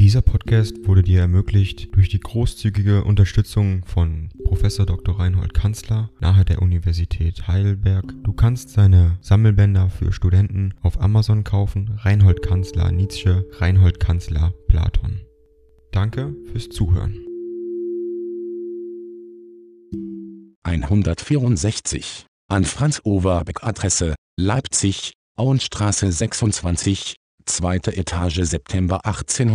Dieser Podcast wurde dir ermöglicht durch die großzügige Unterstützung von Prof. Dr. Reinhold Kanzler nahe der Universität Heidelberg. Du kannst seine Sammelbänder für Studenten auf Amazon kaufen. Reinhold Kanzler Nietzsche, Reinhold Kanzler Platon. Danke fürs Zuhören. 164 an Franz Overbeck, Adresse Leipzig, Auenstraße 26, 2. Etage, September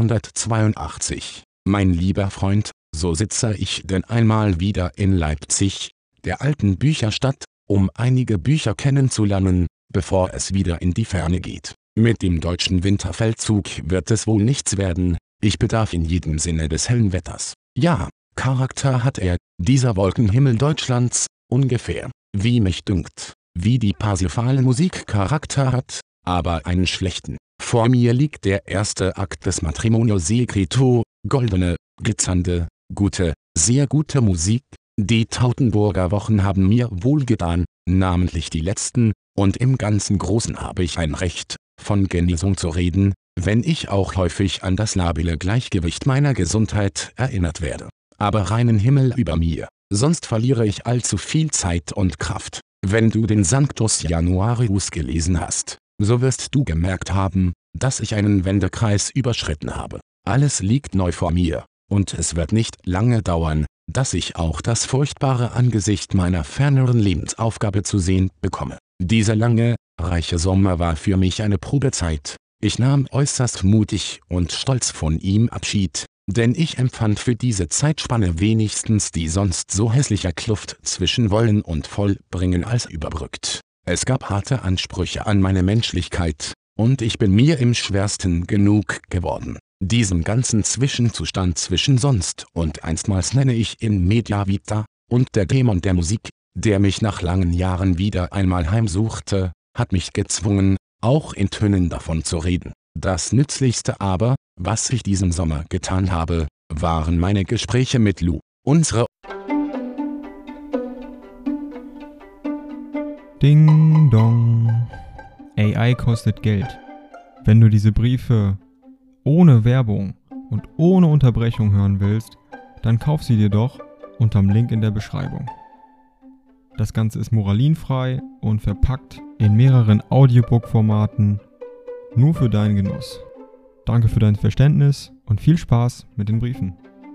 1882. Mein lieber Freund, so sitze ich denn einmal wieder in Leipzig, der alten Bücherstadt, um einige Bücher kennenzulernen, bevor es wieder in die Ferne geht. Mit dem deutschen Winterfeldzug wird es wohl nichts werden, ich bedarf in jedem Sinne des hellen Wetters. Ja, Charakter hat er, dieser Wolkenhimmel Deutschlands, ungefähr, wie mich dünkt, wie die Parsifale Musik Charakter hat, aber einen schlechten. Vor mir liegt der erste Akt des Matrimonio Secreto, goldene, glitzernde, gute, sehr gute Musik. Die Tautenburger Wochen haben mir wohlgetan, namentlich die letzten, und im ganzen Großen habe ich ein Recht, von Genesung zu reden, wenn ich auch häufig an das labile Gleichgewicht meiner Gesundheit erinnert werde. Aber reinen Himmel über mir, sonst verliere ich allzu viel Zeit und Kraft. Wenn du den Sanctus Januarius gelesen hast, so wirst du gemerkt haben, dass ich einen Wendekreis überschritten habe. Alles liegt neu vor mir, und es wird nicht lange dauern, dass ich auch das furchtbare Angesicht meiner ferneren Lebensaufgabe zu sehen bekomme. Dieser lange, reiche Sommer war für mich eine Probezeit. Ich nahm äußerst mutig und stolz von ihm Abschied, denn ich empfand für diese Zeitspanne wenigstens die sonst so hässliche Kluft zwischen Wollen und Vollbringen als überbrückt. Es gab harte Ansprüche an meine Menschlichkeit, und ich bin mir im Schwersten genug geworden. Diesen ganzen Zwischenzustand zwischen sonst und einstmals nenne ich in media vita, und der Dämon der Musik, der mich nach langen Jahren wieder einmal heimsuchte, hat mich gezwungen, auch in Tönen davon zu reden. Das Nützlichste aber, was ich diesen Sommer getan habe, waren meine Gespräche mit Lou. Unsere Ding dong. AI kostet Geld. Wenn du diese Briefe ohne Werbung und ohne Unterbrechung hören willst, dann kauf sie dir doch unterm Link in der Beschreibung. Das Ganze ist moralinfrei und verpackt in mehreren Audiobook-Formaten nur für deinen Genuss. Danke für dein Verständnis und viel Spaß mit den Briefen.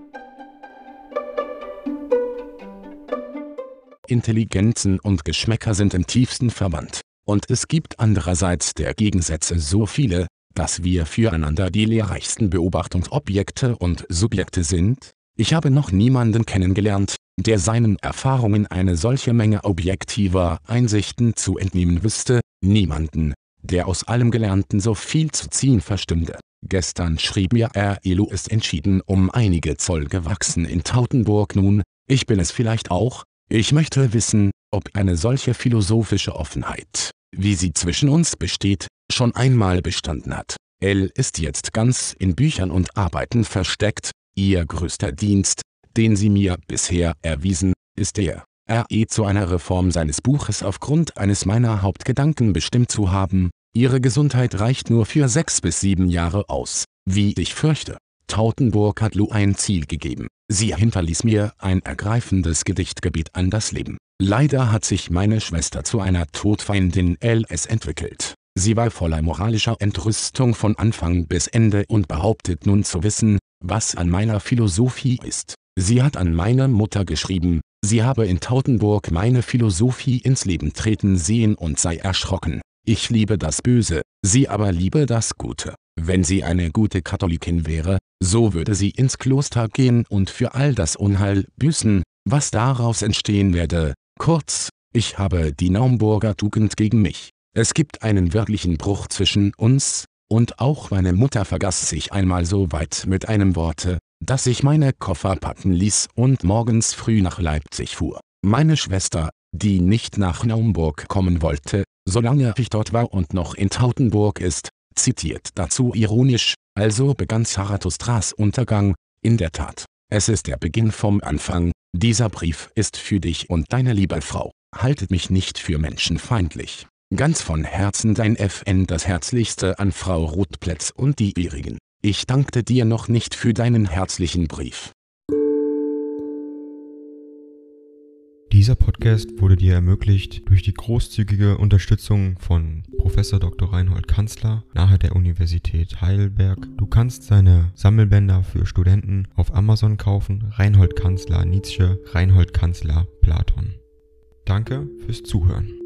Intelligenzen und Geschmäcker sind im tiefsten verwandt, und es gibt andererseits der Gegensätze so viele, dass wir füreinander die lehrreichsten Beobachtungsobjekte und Subjekte sind. Ich habe noch niemanden kennengelernt, der seinen Erfahrungen eine solche Menge objektiver Einsichten zu entnehmen wüsste, niemanden, der aus allem Gelernten so viel zu ziehen verstünde. Gestern schrieb mir Lou ist entschieden um einige Zoll gewachsen in Tautenburg. Nun, ich bin es vielleicht auch. Ich möchte wissen, ob eine solche philosophische Offenheit, wie sie zwischen uns besteht, schon einmal bestanden hat. Ist jetzt ganz in Büchern und Arbeiten versteckt. Ihr größter Dienst, den sie mir bisher erwiesen, ist der, zu einer Reform seines Buches aufgrund eines meiner Hauptgedanken bestimmt zu haben. Ihre Gesundheit reicht nur für 6 bis 7 Jahre aus, wie ich fürchte. Tautenburg hat Lou ein Ziel gegeben. Sie hinterließ mir ein ergreifendes Gedichtgebet an das Leben. Leider hat sich meine Schwester zu einer Todfeindin entwickelt. Sie war voller moralischer Entrüstung von Anfang bis Ende und behauptet nun zu wissen, was an meiner Philosophie ist. Sie hat an meine Mutter geschrieben, sie habe in Tautenburg meine Philosophie ins Leben treten sehen und sei erschrocken. Ich liebe das Böse, sie aber liebe das Gute. Wenn sie eine gute Katholikin wäre, so würde sie ins Kloster gehen und für all das Unheil büßen, was daraus entstehen werde. Kurz, ich habe die Naumburger Tugend gegen mich. Es gibt einen wirklichen Bruch zwischen uns, und auch meine Mutter vergaß sich einmal so weit mit einem Worte, dass ich meine Koffer packen ließ und morgens früh nach Leipzig fuhr. Meine Schwester, die nicht nach Naumburg kommen wollte, solange ich dort war und noch in Tautenburg ist, zitiert dazu ironisch, also begann Zarathustras Untergang, in der Tat. Es ist der Beginn vom Anfang, dieser Brief ist für dich und deine liebe Frau. Haltet mich nicht für menschenfeindlich. Ganz von Herzen dein FN, das Herzlichste an Frau Rothplätz und die ihrigen. Ich dankte dir noch nicht für deinen herzlichen Brief. Dieser Podcast wurde dir ermöglicht durch die großzügige Unterstützung von Prof. Dr. Reinhold Kanzler nahe der Universität Heidelberg. Du kannst seine Sammelbänder für Studenten auf Amazon kaufen. Reinhold Kanzler Nietzsche, Reinhold Kanzler Platon. Danke fürs Zuhören.